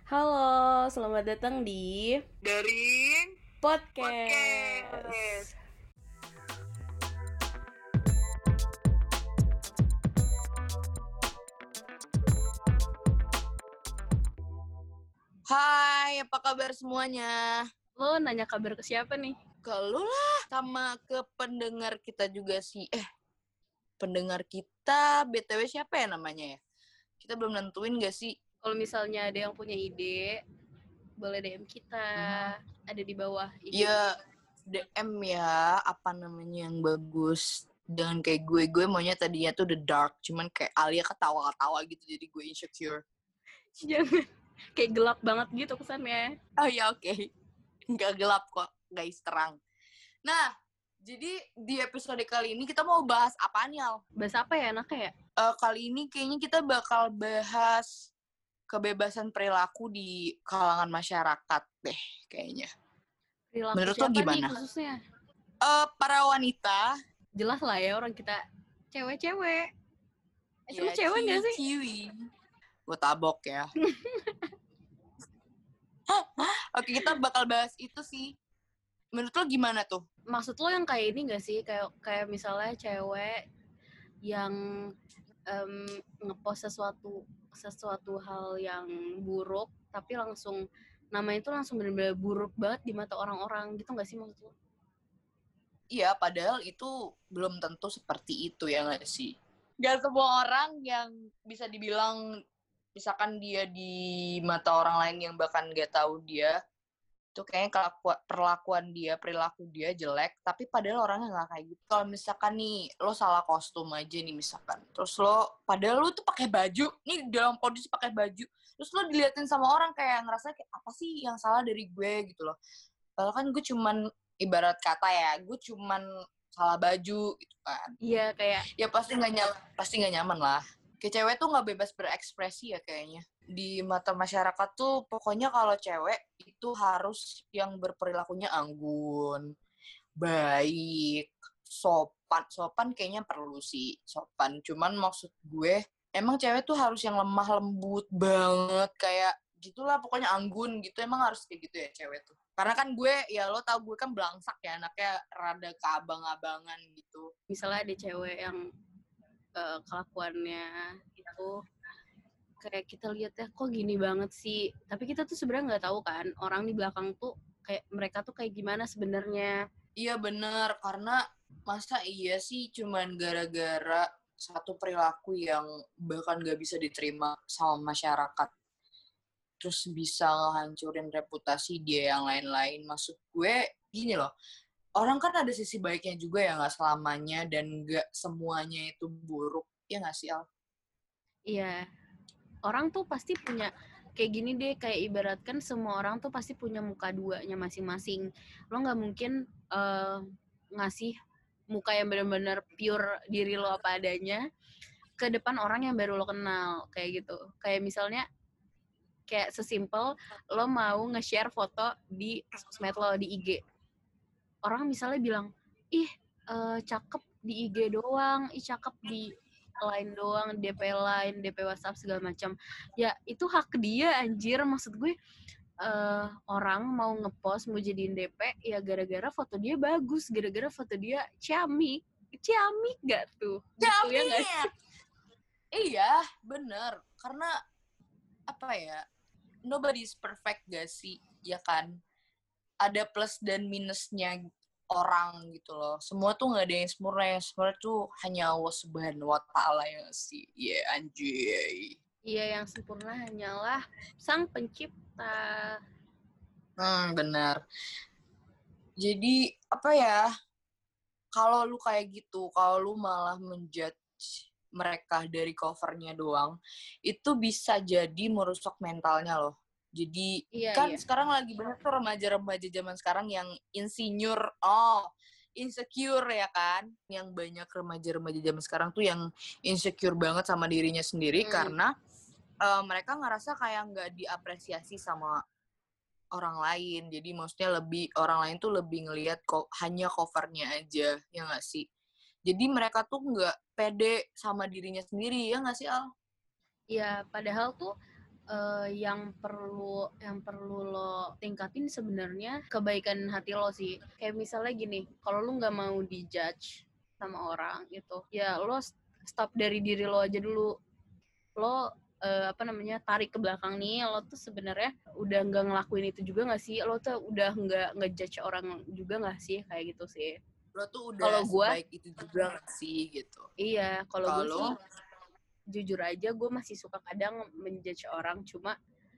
Halo, selamat datang di Daring podcast. Hai, apa kabar semuanya? Lo nanya kabar ke siapa nih? Ke lu lah, sama ke pendengar kita juga sih. Pendengar kita, BTW siapa ya namanya ya? Kita belum nentuin gak sih? Kalau misalnya ada yang punya ide, boleh DM kita. Ada di bawah IG. Ya, DM ya, apa namanya yang bagus. Jangan kayak gue maunya tadinya tuh The Dark. Cuman kayak Alia ketawa-ketawa gitu, jadi gue insecure. Jangan kayak gelap banget gitu kesannya. Oh ya oke. Nggak gelap kok, guys, terang. Nah, jadi di episode kali ini kita mau bahas apaan, Yal? Bahas apa ya enaknya ya? Kali ini kayaknya kita bakal bahas kebebasan perilaku di kalangan masyarakat deh, kayaknya. Perilaku Menurut lo siapa nih gimana? khususnya? Para wanita. Jelas lah ya orang kita cewek-cewek. Semua Ya, cewek gak sih? ciwi. Gue tabok ya. Oke, kita bakal bahas itu sih. Menurut lo gimana tuh? Maksud lo yang kayak ini gak sih? Kayak misalnya cewek yang ngepost sesuatu hal yang buruk tapi langsung namanya itu langsung benar-benar buruk banget di mata orang-orang gitu nggak sih maksud lo? Iya, padahal itu belum tentu seperti itu ya nggak sih? Gak semua orang yang bisa dibilang, misalkan dia di mata orang lain yang bahkan gak tahu dia, itu kayaknya perilaku dia jelek, tapi padahal orangnya nggak kayak gitu. Kalau misalkan nih, lo salah kostum aja nih misalkan, terus padahal lo tuh pakai baju, nih dalam kondisi pakai baju, terus lo diliatin sama orang kayak ngerasa kayak apa sih yang salah dari gue gitu loh. Padahal kan gue cuman, ibarat kata ya, gue cuman salah baju gitu kan. Iya kayak Ya pasti nggak nyaman lah. Kayak cewek tuh nggak bebas berekspresi ya kayaknya. Di mata masyarakat tuh pokoknya kalau cewek itu harus yang berperilakunya anggun, baik, sopan. Sopan kayaknya perlu sih, sopan. Cuman maksud gue, emang cewek tuh harus yang lemah lembut banget, kayak gitulah pokoknya anggun gitu. Emang harus kayak gitu ya cewek tuh. Karena kan gue, ya lo tau gue kan belangsak ya, anaknya rada keabang-abangan gitu. misalnya ada cewek yang kelakuannya itu kayak kita lihat ya kok gini banget sih, tapi kita tuh sebenarnya nggak tahu kan orang di belakang tuh kayak mereka tuh kayak gimana sebenarnya. Iya bener, karena masa iya sih cuman gara-gara satu perilaku yang bahkan gak bisa diterima sama masyarakat, terus bisa ngehancurin reputasi dia yang lain-lain. Maksud gue gini loh, orang kan ada sisi baiknya juga ya, gak selamanya dan gak semuanya itu buruk. Ya gak sih, Al? Iya, orang tuh pasti punya kayak gini deh, kayak ibaratkan semua orang tuh pasti punya muka duanya masing-masing. Lo nggak mungkin ngasih muka yang benar-benar pure diri lo apa adanya ke depan orang yang baru lo kenal kayak gitu. Kayak misalnya kayak sesimpel lo mau nge-share foto di sosmed lo di IG. Orang misalnya bilang, ih cakep di IG doang, ih cakep di line doang, DP line, DP WhatsApp segala macam. Ya itu hak dia anjir, maksud gue orang mau ngepost mau jadiin DP ya gara-gara foto dia bagus, gara-gara foto dia ciamik gak tuh? Gitu ya nggak sih? Iya, bener. Karena apa ya, nobody's perfect gak sih, ya kan? Ada plus dan minusnya orang gitu loh. Semua tuh nggak ada yang sempurna. Yang sempurna tuh hanya Allah Subhanahu Wa Taala yang sih. Iya, anjay. Iya, yang sempurna hanyalah Sang Pencipta. Benar. Jadi apa ya? Kalau lu kayak gitu, kalau lu malah menjudge mereka dari covernya doang, itu bisa jadi merusak mentalnya loh. Jadi Iya, kan iya. sekarang lagi banyak tuh remaja-remaja zaman sekarang yang insecure ya kan. Yang banyak remaja-remaja zaman sekarang tuh yang insecure banget sama dirinya sendiri karena mereka ngerasa kayak nggak diapresiasi sama orang lain. Jadi maksudnya orang lain tuh lebih ngelihat hanya covernya aja, ya nggak sih? Jadi mereka tuh nggak pede sama dirinya sendiri, ya nggak sih, Al? Iya, padahal tuh yang perlu lo tingkatin sebenarnya kebaikan hati lo sih. Kayak misalnya gini, kalau lo nggak mau dijudge sama orang gitu, ya lo stop dari diri lo aja dulu. Lo tarik ke belakang nih, lo tuh sebenarnya udah nggak ngelakuin itu juga nggak sih? Lo tuh udah nggak ngejudge orang juga nggak sih? Kayak gitu sih. Lo tuh udah Kalau gue sebaik itu juga gak sih gitu. iya, kalau gue sih jujur aja gue masih suka kadang menjudge orang, cuma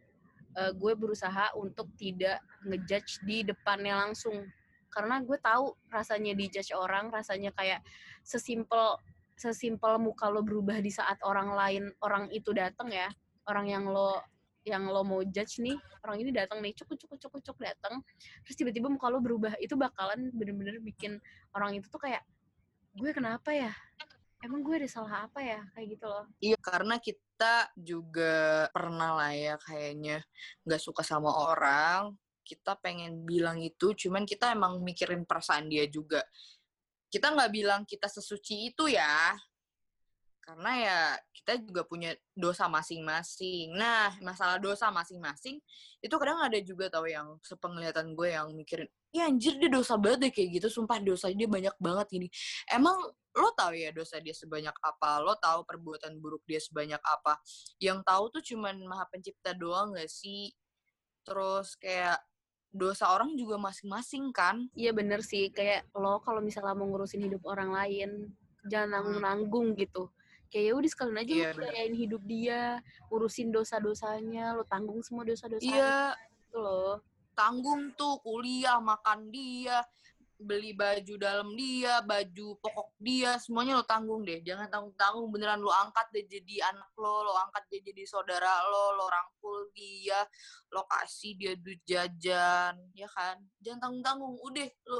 gue berusaha untuk tidak ngejudge di depannya langsung, karena gue tahu rasanya dijudge orang, rasanya kayak sesimpel muka lo berubah di saat orang itu datang ya, orang yang lo mau judge nih, orang ini datang nih, cuk datang, terus tiba-tiba muka lo berubah, itu bakalan bener-bener bikin orang itu tuh kayak, gue kenapa ya, emang gue ada salah apa ya, kayak gitu loh. Iya, karena kita juga pernah lah ya kayaknya nggak suka sama orang, kita pengen bilang itu, cuman kita emang mikirin perasaan dia juga. Kita nggak bilang kita sesuci itu ya, karena ya kita juga punya dosa masing-masing. Nah, masalah dosa masing-masing, itu kadang ada juga tau yang sepenglihatan gue yang mikirin, ya anjir dia dosa banget deh kayak gitu, sumpah dosa dia banyak banget gini. Emang lo tahu ya dosa dia sebanyak apa? Lo tahu perbuatan buruk dia sebanyak apa? Yang tahu tuh cuman Maha Pencipta doang gak sih? Terus kayak dosa orang juga masing-masing kan? Iya bener sih, kayak lo kalau misalnya mau ngurusin hidup orang lain, jangan nanggung-nanggung gitu. Kayak ya udah sekalian aja lo bayain hidup dia, urusin dosa-dosanya, lo tanggung semua dosa-dosanya. Gitu loh. Tanggung tuh kuliah, makan dia, beli baju dalam dia, baju pokok dia, semuanya lo tanggung deh. Jangan tanggung-tanggung, beneran lo angkat deh jadi anak lo angkat dia jadi saudara lo rangkul dia, lo kasih dia duit jajan, ya kan? Jangan tanggung-tanggung, udah lo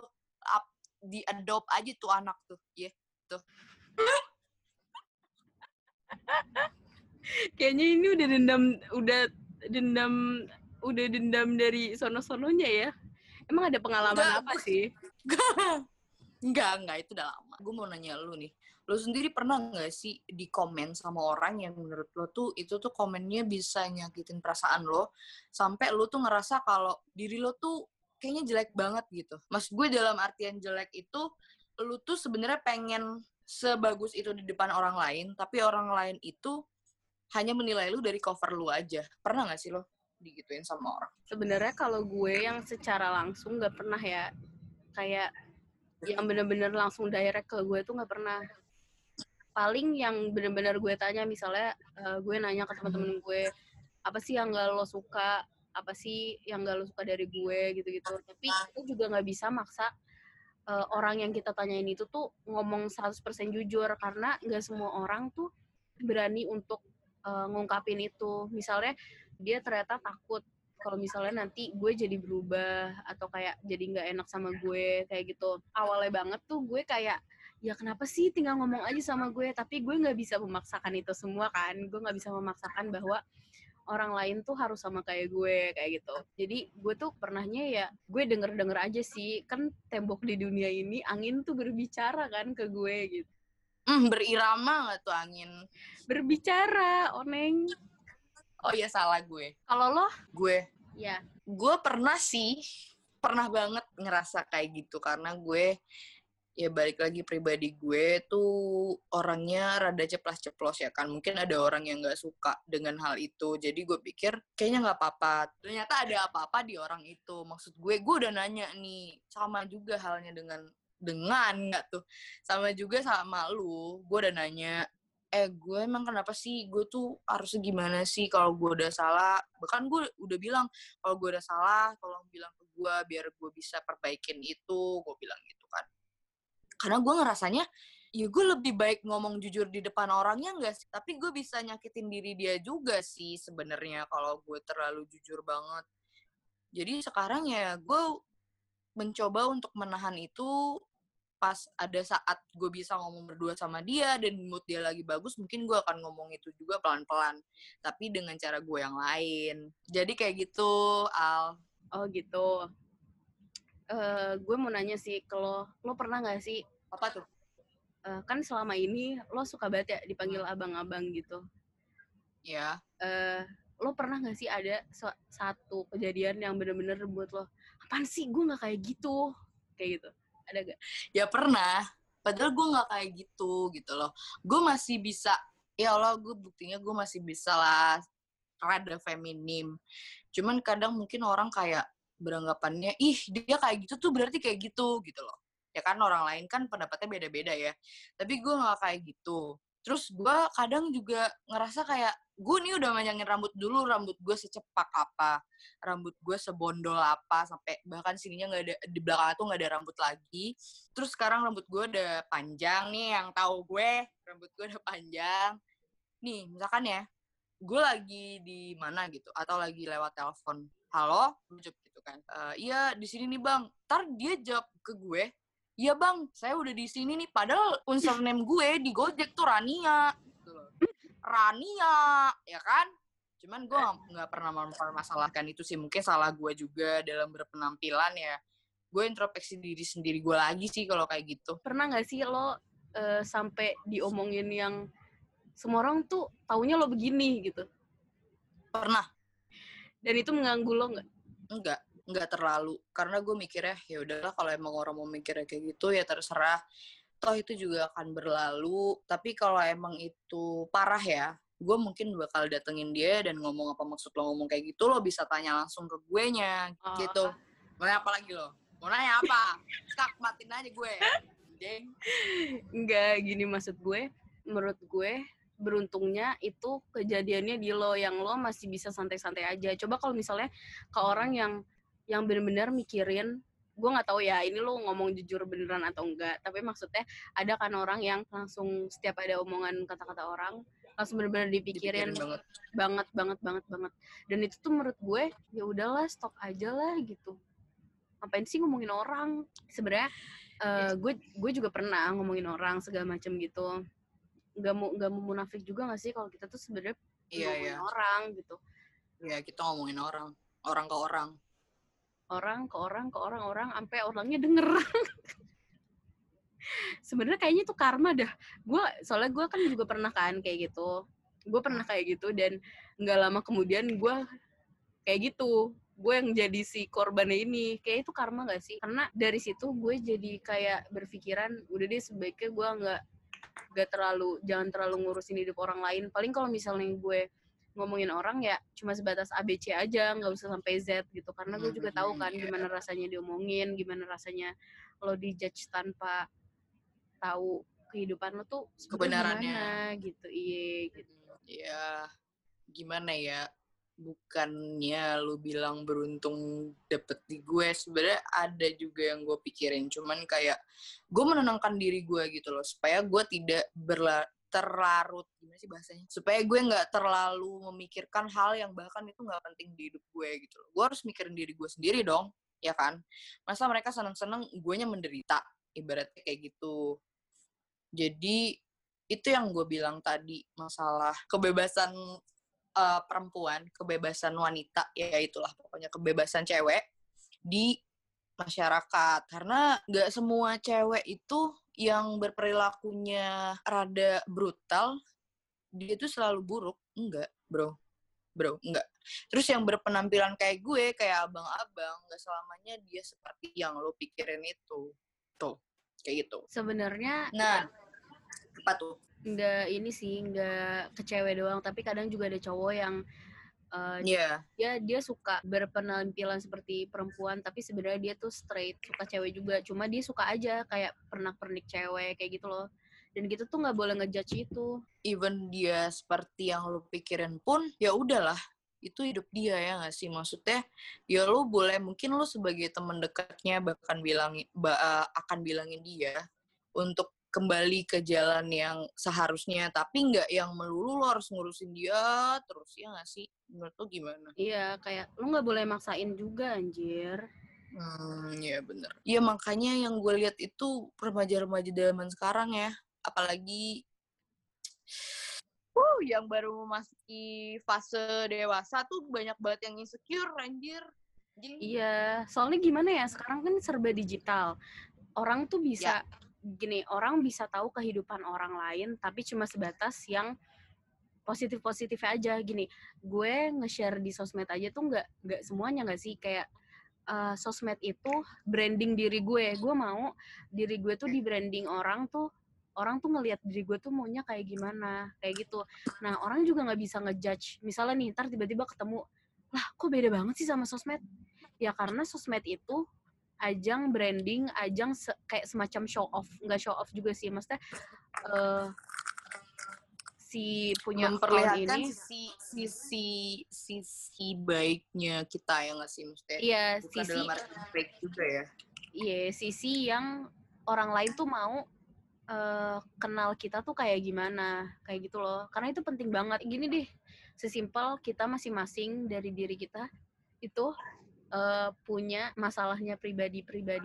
di-adopt aja tuh anak tuh, ya. Tuh. Kayaknya ini udah dendam dari sono-sononya ya. Emang ada pengalaman apa sih? Enggak, itu udah lama. Gue mau nanya lu nih, lu sendiri pernah nggak sih di komen sama orang yang menurut lo tuh itu tuh komennya bisa nyakitin perasaan lo, sampai lu tuh ngerasa kalau diri lo tuh kayaknya jelek banget gitu. Mas gue dalam artian jelek itu, lu tuh sebenarnya pengen sebagus itu di depan orang lain, tapi orang lain itu hanya menilai lu dari cover lu aja. Pernah nggak sih lo digituin sama orang? Sebenarnya kalau gue yang secara langsung nggak pernah ya, kayak yang bener-bener langsung direct ke gue tuh nggak pernah. Paling yang bener-bener gue tanya, misalnya gue nanya ke teman-teman gue, apa sih yang gak lo suka, apa sih yang gak lo suka dari gue, gitu-gitu. Tapi kita juga nggak bisa maksa orang yang kita tanyain itu tuh ngomong 100% jujur, karena nggak semua orang tuh berani untuk ngungkapin itu. Misalnya dia ternyata takut kalau misalnya nanti gue jadi berubah atau kayak jadi nggak enak sama gue, kayak gitu. Awalnya banget tuh gue kayak, ya kenapa sih, tinggal ngomong aja sama gue. Tapi gue nggak bisa memaksakan itu semua kan, gue nggak bisa memaksakan bahwa orang lain tuh harus sama kayak gue, kayak gitu. Jadi gue tuh pernahnya ya gue denger aja sih, kan tembok di dunia ini angin tuh berbicara kan ke gue gitu. Berirama nggak tuh angin? Berbicara, Oneng. Oh iya, salah gue. Kalau lo? Gue. Ya. Gue pernah banget ngerasa kayak gitu, karena gue, ya balik lagi pribadi gue tuh orangnya rada ceplas-ceplos ya kan. Mungkin ada orang yang gak suka dengan hal itu. Jadi gue pikir kayaknya gak apa-apa. Ternyata ada apa-apa di orang itu. Maksud gue udah nanya nih. Sama juga halnya dengan gak tuh. Sama juga sama lu. Gue udah nanya, gue emang kenapa sih, gue tuh harusnya gimana sih kalau gue udah salah. Bahkan gue udah bilang, kalau gue udah salah tolong bilang ke gue biar gue bisa perbaikin itu, gue bilang gitu kan. Karena gue ngerasanya ya gue lebih baik ngomong jujur di depan orangnya nggak sih, tapi gue bisa nyakitin diri dia juga sih sebenarnya kalau gue terlalu jujur banget. Jadi sekarang ya gue mencoba untuk menahan itu. Pas ada saat gue bisa ngomong berdua sama dia dan mood dia lagi bagus, mungkin gue akan ngomong itu juga pelan-pelan, tapi dengan cara gue yang lain. Jadi kayak gitu, Al. Oh gitu. Gue mau nanya sih, kalau lo pernah nggak sih? Apa tuh? Kan selama ini lo suka banget ya dipanggil abang-abang gitu. Ya. lo pernah gak sih ada satu kejadian yang bener-bener buat lo, apaan sih gue gak kayak gitu, kayak gitu, ada gak? Ya pernah, padahal gue gak kayak gitu loh. Gue masih bisa, ya Allah, gue buktinya gue masih bisa lah rada feminim. Cuman kadang mungkin orang kayak beranggapannya, ih dia kayak gitu tuh berarti kayak gitu loh. Ya kan orang lain kan pendapatnya beda-beda ya. Tapi gue gak kayak gitu. Terus gue kadang juga ngerasa kayak, gue nih udah manjangin rambut dulu, rambut gue secepak apa, rambut gue sebondol apa, sampai bahkan sininya nggak ada, di belakang tuh nggak ada rambut lagi. Terus sekarang rambut gue udah panjang nih, yang tahu gue, rambut gue udah panjang. Nih, misalkan ya, gue lagi di mana gitu, atau lagi lewat telepon, halo, lucup gitu kan, iya di sini nih bang, ntar dia jawab ke gue, iya bang, saya udah di sini nih, padahal username gue di Gojek tuh Rania, gitu loh. Rania, ya kan? Cuman gue nggak pernah mempermasalahkan itu sih, mungkin salah gue juga dalam berpenampilan ya. Gue introspeksi diri sendiri gue lagi sih kalau kayak gitu. Pernah nggak sih lo sampai diomongin yang semua orang tuh taunya lo begini gitu? Pernah. Dan itu mengganggu lo nggak? Enggak terlalu, karena gue mikirnya ya udahlah, kalau emang orang mau mikirnya kayak gitu ya terserah, toh itu juga akan berlalu. Tapi kalau emang itu parah ya, gue mungkin bakal datengin dia dan ngomong apa maksud lo ngomong kayak gitu, lo bisa tanya langsung ke gue nya gitu. Mau nanya apa lagi lo? Mau nanya apa? Skak, matiin aja gue. Deng. Enggak, gini maksud gue, menurut gue beruntungnya itu kejadiannya di lo, yang lo masih bisa santai-santai aja. Coba kalau misalnya ke orang yang benar-benar mikirin, gue nggak tahu ya ini lo ngomong jujur beneran atau enggak, tapi maksudnya ada kan orang yang langsung setiap ada omongan kata-kata orang langsung benar-benar dipikirin banget. Dan itu tuh menurut gue ya udahlah, stop aja lah gitu. Ngapain sih ngomongin orang? Sebenarnya gue juga pernah ngomongin orang segala macam gitu. Nggak mau munafik juga nggak sih kalau kita tuh sebenarnya ngomongin orang gitu. Iya, kita ngomongin orang ke orang. Orang ke orang sampai orangnya denger. Sebenarnya kayaknya itu karma dah. Soalnya gue kan juga pernah kan kayak gitu. Gue pernah kayak gitu dan nggak lama kemudian gue kayak gitu. Gue yang jadi si korbannya ini. Kayak itu karma gak sih? Karena dari situ gue jadi kayak berpikiran, udah deh sebaiknya gue jangan terlalu ngurusin hidup orang lain. Paling kalau misalnya gue ngomongin orang ya cuma sebatas ABC aja, nggak usah sampai Z gitu. Karena gue juga tahu kan gimana rasanya diomongin, gimana rasanya lo dijudge tanpa tahu kehidupan lo tuh kebenarannya gimana gitu. Iya gitu. Ya gimana ya, bukannya lu bilang beruntung dapet di gue, sebenarnya ada juga yang gue pikirin, cuman kayak gue menenangkan diri gue gitu loh, supaya gue tidak terlarut, gimana sih bahasanya, supaya gue nggak terlalu memikirkan hal yang bahkan itu nggak penting di hidup gue gitu loh. Gue harus mikirin diri gue sendiri dong, ya kan? Masa mereka seneng-seneng, guenya menderita, ibaratnya kayak gitu. Jadi itu yang gue bilang tadi, masalah kebebasan perempuan, kebebasan wanita, ya itulah pokoknya kebebasan cewek di masyarakat. Karena nggak semua cewek itu yang berperilakunya rada brutal, dia tuh selalu buruk. Enggak, bro, enggak. Terus yang berpenampilan kayak gue, kayak abang-abang, nggak selamanya dia seperti yang lo pikirin itu. Tuh, kayak gitu. Sebenarnya nah, apa tuh? Nggak ke cewek doang, tapi kadang juga ada cowok yang dia suka berpenampilan seperti perempuan, tapi sebenarnya dia tuh straight, suka cewek juga, cuma dia suka aja kayak pernak-pernik cewek kayak gitu loh. Dan gitu tuh nggak boleh ngejudge itu. Even dia seperti yang lo pikirin pun, ya udahlah, itu hidup dia, ya nggak sih? Maksudnya, ya lo boleh, mungkin lo sebagai teman dekatnya akan bilangin dia untuk kembali ke jalan yang seharusnya, tapi nggak yang melulu lo harus ngurusin dia terus, ya nggak sih? Menurut lo gimana? Iya, kayak lo nggak boleh maksain juga, anjir. Ya bener. Iya, makanya yang gue lihat itu remaja-remaja zaman sekarang ya, apalagi yang baru memasuki fase dewasa tuh banyak banget yang insecure, anjir. Iya, soalnya gimana ya, sekarang kan serba digital. Orang tuh bisa gini, orang bisa tahu kehidupan orang lain, tapi cuma sebatas yang positif-positifnya aja. Gini, gue nge-share di sosmed aja tuh nggak semuanya nggak sih, kayak sosmed itu branding diri gue mau diri gue tuh di branding orang tuh ngelihat diri gue tuh maunya kayak gimana, kayak gitu. Nah, orang juga nggak bisa ngejudge, misalnya nih ntar tiba-tiba ketemu, lah kok beda banget sih sama sosmed, ya karena sosmed itu ajang branding, ajang kayak semacam show off, nggak show off juga sih, maksudnya si punya account memperlihatkan ini sisi baiknya kita ya nggak sih, maksudnya iya bukan sisi dalam arti fake juga ya. iya sisi yang orang lain tuh mau kenal kita tuh kayak gimana, kayak gitu loh. Karena itu penting banget. Gini deh, sesimpel kita masing-masing dari diri kita itu punya masalahnya pribadi-pribadi,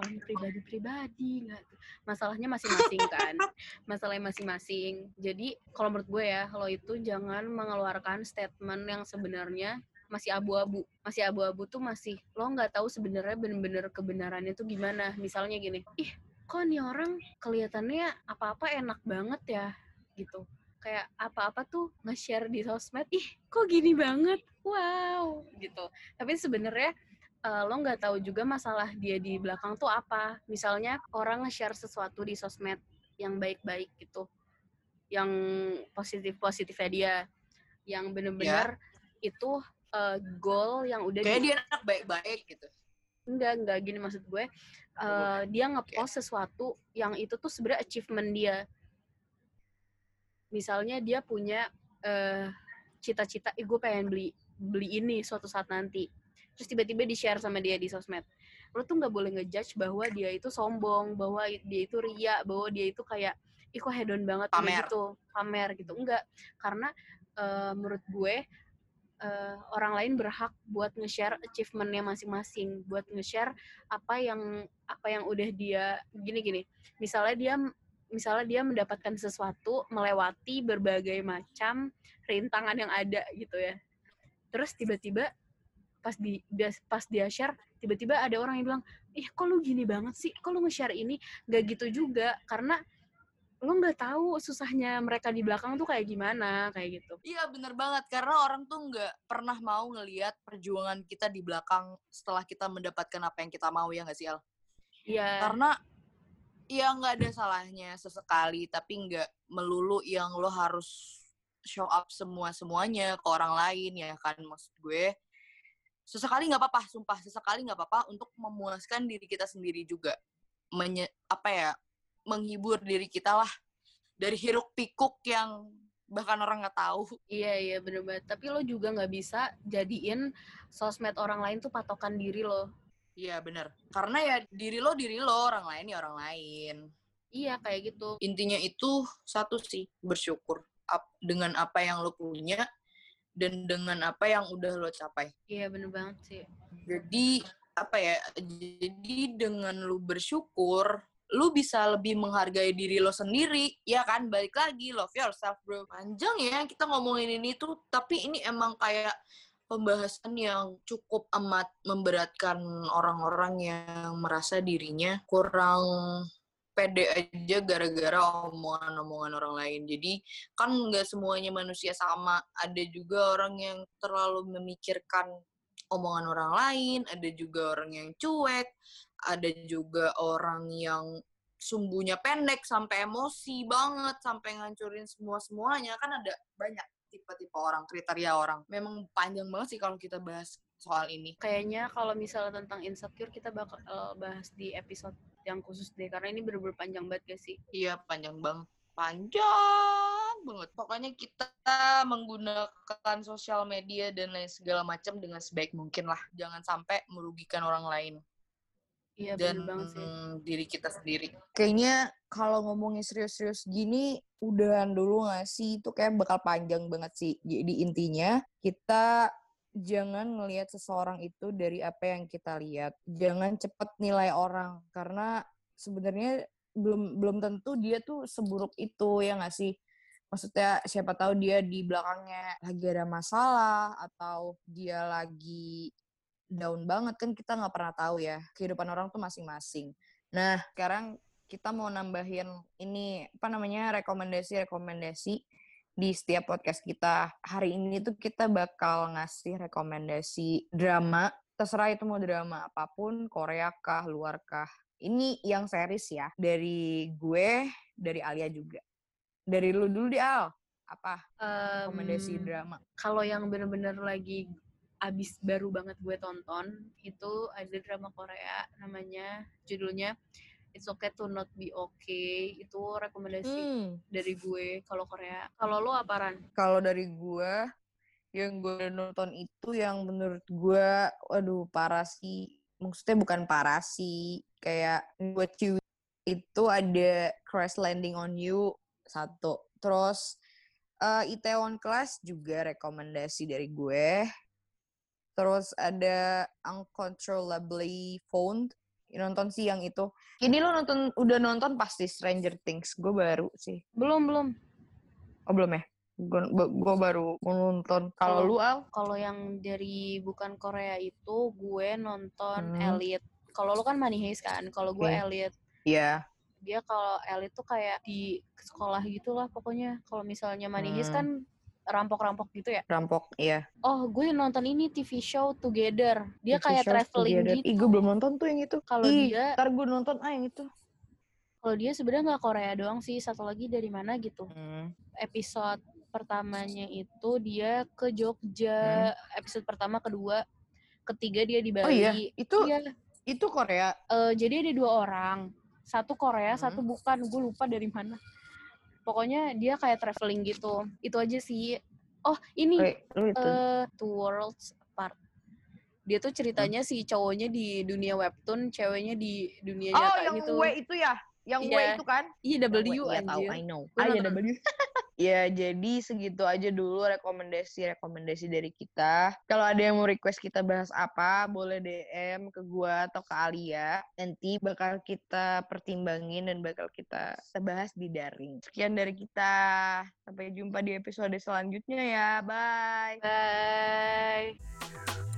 nggak? Masalahnya masing-masing kan, masalahnya masing-masing. Jadi kalau menurut gue ya, lo itu jangan mengeluarkan statement yang sebenarnya masih abu-abu. Masih abu-abu tuh masih lo nggak tahu sebenarnya bener-bener kebenarannya tuh gimana. Misalnya gini, ih kok nih orang kelihatannya apa-apa enak banget ya gitu. Kayak apa-apa tuh nge-share di sosmed, ih kok gini banget, wow gitu. Tapi sebenarnya lo nggak tahu juga masalah dia di belakang tuh apa. Misalnya orang nge-share sesuatu di sosmed yang baik-baik gitu, yang positif-positifnya dia, yang bener-bener itu goal yang udah Kayak dia anak baik-baik gitu. Enggak gini maksud gue. Dia ngepost sesuatu yang itu tuh sebenarnya achievement dia. Misalnya dia punya cita-cita, gue pengen beli ini suatu saat nanti. Terus tiba-tiba di-share sama dia di sosmed. Lo tuh nggak boleh ngejudge bahwa dia itu sombong, bahwa dia itu ria, bahwa dia itu kayak, ih kok hedon banget punya gitu, pamer gitu. Enggak, karena menurut gue orang lain berhak buat nge-share achievement-nya masing-masing, buat nge-share apa yang udah dia gini. Misalnya dia mendapatkan sesuatu melewati berbagai macam rintangan yang ada gitu ya. Terus tiba-tiba pas dia share, tiba-tiba ada orang yang bilang, ih kok lu gini banget sih, kok lu nge-share ini? Gak gitu juga, karena lo nggak tahu susahnya mereka di belakang tuh kayak gimana, kayak gitu. Iya bener banget, karena orang tuh nggak pernah mau ngelihat perjuangan kita di belakang setelah kita mendapatkan apa yang kita mau, ya nggak sih Al? Iya. Karena ya nggak ada salahnya sesekali, tapi nggak melulu yang lo harus show up semuanya ke orang lain ya kan. Maksud gue sesekali nggak apa-apa, sumpah sesekali nggak apa-apa untuk memuaskan diri kita sendiri juga, menghibur diri kita lah dari hiruk pikuk yang bahkan orang nggak tahu. Iya bener banget. Tapi lo juga nggak bisa jadiin sosmed orang lain tuh patokan diri lo. Iya bener, karena ya diri lo, orang lain ya orang lain. Iya kayak gitu. Intinya itu satu sih, bersyukur dengan apa yang lo punya dan dengan apa yang udah lo capai. Iya bener banget sih. Jadi dengan lo bersyukur, lu bisa lebih menghargai diri lo sendiri, ya kan? Balik lagi, love yourself, bro. Panjang ya kita ngomongin ini tuh, tapi ini emang kayak pembahasan yang cukup amat memberatkan orang-orang yang merasa dirinya kurang pede aja gara-gara omongan-omongan orang lain. Jadi kan nggak semuanya manusia sama. Ada juga orang yang terlalu memikirkan omongan orang lain, ada juga orang yang cuek, ada juga orang yang sumbunya pendek sampai emosi banget, sampai ngancurin semuanya. Kan ada banyak tipe-tipe orang, kriteria orang. Memang panjang banget sih kalau kita bahas soal ini. Kayaknya kalau misalnya tentang insecure kita bakal bahas di episode yang khusus deh, karena ini bener-bener panjang banget gak sih? Iya, panjang banget. Panjang banget. Pokoknya kita menggunakan sosial media dan lain segala macam dengan sebaik mungkin lah. Jangan sampai merugikan orang lain. Iya, dan bener banget sih. Diri kita sendiri. Kayaknya kalau ngomongin serius-serius gini, udahan dulu gak sih? Itu kayak bakal panjang banget sih. Jadi intinya, kita jangan ngelihat seseorang itu dari apa yang kita lihat. Jangan cepet nilai orang. Karena sebenarnya belum tentu dia tuh seburuk itu, ya gak sih? Maksudnya siapa tahu dia di belakangnya lagi ada masalah, atau dia lagi down banget, kan kita nggak pernah tahu ya, kehidupan orang tuh masing-masing. Nah, sekarang kita mau nambahin ini, rekomendasi di setiap podcast kita. Hari ini tuh kita bakal ngasih rekomendasi drama. Terserah itu mau drama apapun, Korea kah, luar kah. Ini yang series ya. Dari gue, dari Alia juga. Dari lu dulu deh, Al. Apa rekomendasi drama? Kalau yang bener-bener lagi abis baru banget gue tonton, itu ada drama Korea namanya, judulnya It's Okay to Not Be Okay. Itu rekomendasi dari gue kalau Korea. Kalau lo apa, Ran? Kalau dari gue, yang gue nonton itu yang menurut gue, waduh parah sih. Maksudnya bukan parah sih. Kayak gue cium itu ada Crash Landing on You, satu. Terus Itaewon Class juga rekomendasi dari gue. Terus ada Uncontrollably Phoned. Nonton sih yang itu. Ini lo udah nonton pasti Stranger Things. Gue baru sih. Belum. Oh belum ya? Gue baru nonton. Kalau lu, Al? Kalau yang dari bukan Korea itu gue nonton Elite. Kalau lu kan Money Heist kan. Kalau gue Elite. Iya. Dia kalau Elite tuh kayak di sekolah gitulah pokoknya. Kalau misalnya Money Heist kan rampok-rampok gitu ya? Rampok, iya. Oh, gue nonton ini TV show Together. Dia TV kayak traveling Together. gitu. Ih, gue belum nonton tuh yang itu. Kalau dia, ntar gue nonton yang itu. Kalau dia sebenarnya nggak Korea doang sih, satu lagi dari mana gitu. Episode pertamanya itu dia ke Jogja. Episode pertama, kedua, ketiga dia di Bali. Oh iya, itu Korea. Jadi ada 2 orang. Satu Korea, satu bukan. Gue lupa dari mana. Pokoknya dia kayak traveling gitu. Itu aja sih. Oh, ini Two Worlds Apart. Dia tuh ceritanya si cowoknya di dunia webtoon, ceweknya di dunia nyata gitu. Oh, yang W itu ya? Yang W itu kan? Iya, W Iya, tahu, I know. Iya, W. Ya, jadi segitu aja dulu rekomendasi dari kita. Kalau ada yang mau request kita bahas apa, boleh DM ke gua atau ke Alia. Nanti bakal kita pertimbangin dan bakal kita bahas di daring. Sekian dari kita. Sampai jumpa di episode selanjutnya ya. Bye. Bye.